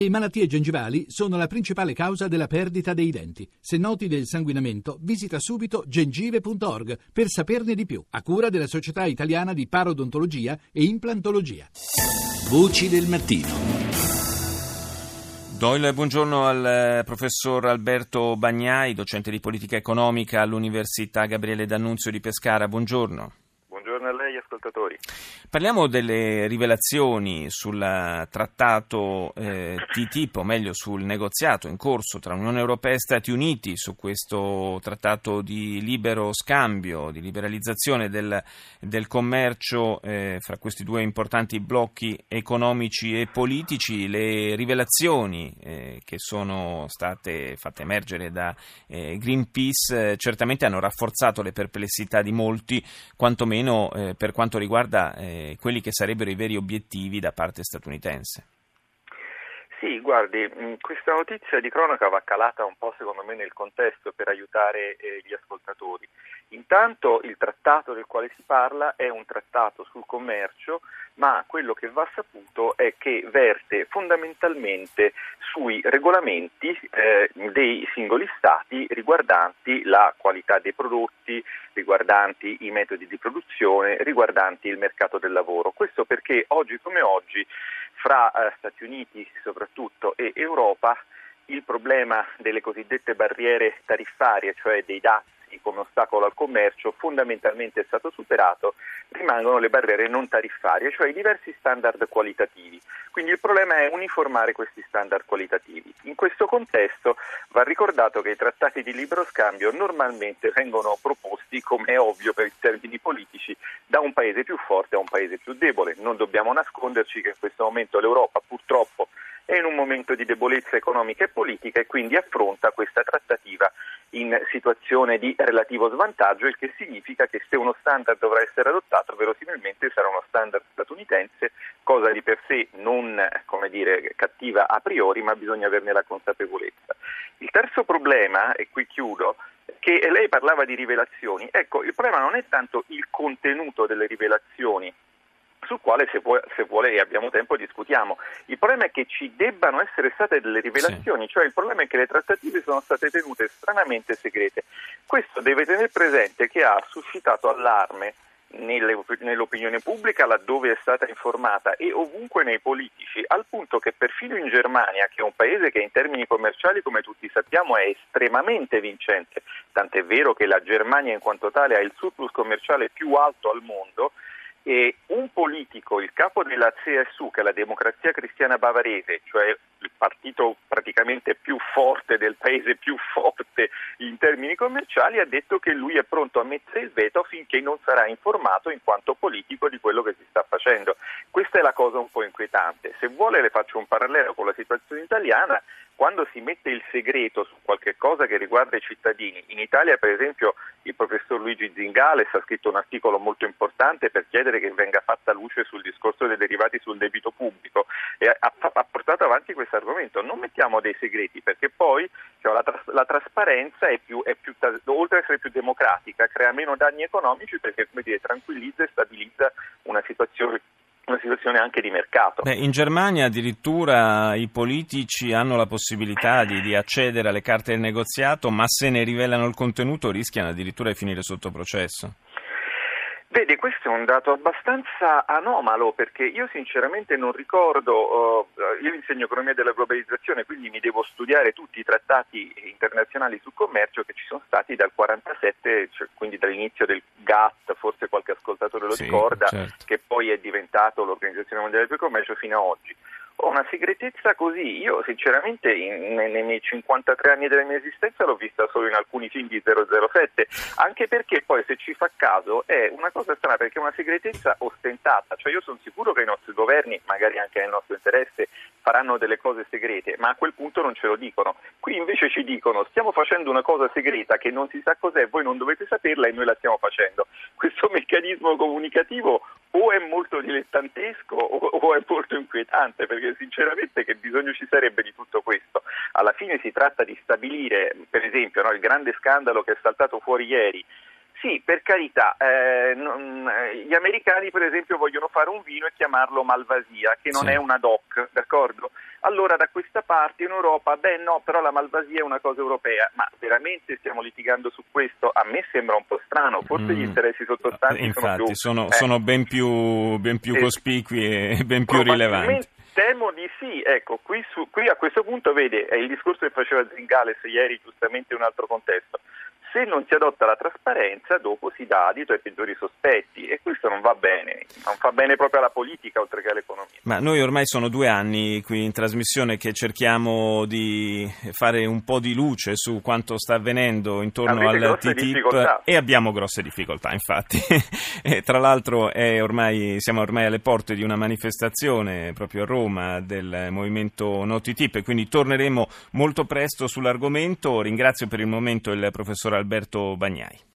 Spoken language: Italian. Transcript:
Le malattie gengivali sono la principale causa della perdita dei denti. Se noti del sanguinamento, visita subito gengive.org per saperne di più, a cura della Società Italiana di Parodontologia e Implantologia. Voci del mattino. Do il buongiorno al professor Alberto Bagnai, docente di politica economica all'Università Gabriele D'Annunzio di Pescara. Buongiorno. Buongiorno a lei, ascoltatori. Parliamo delle rivelazioni sul trattato TTIP, o meglio sul negoziato in corso tra Unione Europea e Stati Uniti su questo trattato di libero scambio, di liberalizzazione del commercio fra questi due importanti blocchi economici e politici. Le rivelazioni che sono state fatte emergere da Greenpeace certamente hanno rafforzato le perplessità di molti, quantomeno per quanto riguarda quelli che sarebbero i veri obiettivi da parte statunitense. Sì, guardi, questa notizia di cronaca va calata un po' secondo me nel contesto per aiutare gli ascoltatori. Intanto il trattato del quale si parla è un trattato sul commercio, ma quello che va saputo è che verte fondamentalmente sui regolamenti dei singoli stati riguardanti la qualità dei prodotti, riguardanti i metodi di produzione, riguardanti il mercato del lavoro. Questo perché oggi come oggi fra Stati Uniti soprattutto e Europa il problema delle cosiddette barriere tariffarie, cioè dei dazi come ostacolo al commercio, fondamentalmente è stato superato. Rimangono le barriere non tariffarie, cioè i diversi standard qualitativi. Quindi il problema è uniformare questi standard qualitativi. In questo contesto va ricordato che i trattati di libero scambio normalmente vengono proposti, come è ovvio per i termini politici, da un paese più forte a un paese più debole. Non dobbiamo nasconderci che in questo momento l'Europa purtroppo è in un momento di debolezza economica e politica e quindi affronta questa trattativa in situazione di relativo svantaggio, il che significa che se uno standard dovrà essere adottato verosimilmente sarà uno standard statunitense, cosa di per sé non, cattiva a priori, ma bisogna averne la consapevolezza. Il terzo problema, e qui chiudo, che lei parlava di rivelazioni, ecco, il problema non è tanto il contenuto delle rivelazioni, sul quale se vuole e abbiamo tempo discutiamo. Il problema è che ci debbano essere state delle rivelazioni, cioè il problema è che le trattative sono state tenute stranamente segrete. Questo deve tenere presente che ha suscitato allarme nell'opinione pubblica laddove è stata informata e ovunque nei politici, al punto che perfino in Germania, che è un paese che in termini commerciali come tutti sappiamo è estremamente vincente, tant'è vero che la Germania in quanto tale ha il surplus commerciale più alto al mondo, e un politico, il capo della CSU, che è la Democrazia Cristiana Bavarese, cioè il partito praticamente più forte del paese più forte in termini commerciali, ha detto che lui è pronto a mettere il veto finché non sarà informato in quanto politico di quello che si sta facendo. Questa è la cosa un po' inquietante. Se vuole le faccio un parallelo con la situazione italiana. Quando si mette il segreto su qualche cosa che riguarda i cittadini, in Italia per esempio il professor Luigi Zingales ha scritto un articolo molto importante per chiedere che venga fatta luce sul discorso dei derivati sul debito pubblico e ha portato avanti questo argomento. Non mettiamo dei segreti perché poi la trasparenza è più, oltre ad essere più democratica, crea meno danni economici perché tranquillizza e stabilizza una situazione anche di mercato. In Germania addirittura i politici hanno la possibilità di accedere alle carte del negoziato, ma se ne rivelano il contenuto rischiano addirittura di finire sotto processo. Vede, questo è un dato abbastanza anomalo perché io sinceramente non ricordo, io insegno economia della globalizzazione, quindi mi devo studiare tutti i trattati internazionali sul commercio che ci sono stati dal 47, cioè, quindi dall'inizio del GATT, forse qualche ascoltatore lo ricorda, certo, che poi è diventato l'Organizzazione Mondiale del Commercio fino a oggi. Ho una segretezza così, io sinceramente nei miei 53 anni della mia esistenza l'ho vista solo in alcuni film di 007, anche perché poi se ci fa caso è una cosa strana perché è una segretezza ostentata, cioè io sono sicuro che i nostri governi, magari anche nel nostro interesse, faranno delle cose segrete, ma a quel punto non ce lo dicono. Qui invece ci dicono stiamo facendo una cosa segreta che non si sa cos'è, voi non dovete saperla e noi la stiamo facendo. Questo meccanismo comunicativo o è molto dilettantesco o è molto inquietante, perché sinceramente che bisogno ci sarebbe di tutto questo? Alla fine si tratta di stabilire, per esempio, il grande scandalo che è saltato fuori ieri. Sì, per carità, gli americani per esempio vogliono fare un vino e chiamarlo Malvasia, che non è una DOC, d'accordo? allora da questa parte in Europa, no, però la malvasia è una cosa europea. Ma veramente stiamo litigando su questo? A me sembra un po' strano, forse gli interessi sottostanti infatti, sono ben più cospicui e ben più rilevanti. Temo di sì, ecco, qui a questo punto vede, è il discorso che faceva Zingales ieri giustamente in un altro contesto. Se non si adotta la trasparenza, dopo si dà adito ai peggiori sospetti e questo non va bene proprio alla politica oltre che all'economia. Ma noi ormai sono 2 anni qui in trasmissione che cerchiamo di fare un po' di luce su quanto sta avvenendo intorno al TTIP e abbiamo grosse difficoltà, infatti. E tra l'altro siamo ormai alle porte di una manifestazione proprio a Roma del movimento No TTIP e quindi torneremo molto presto sull'argomento. Ringrazio per il momento il professor Alberto Bagnai.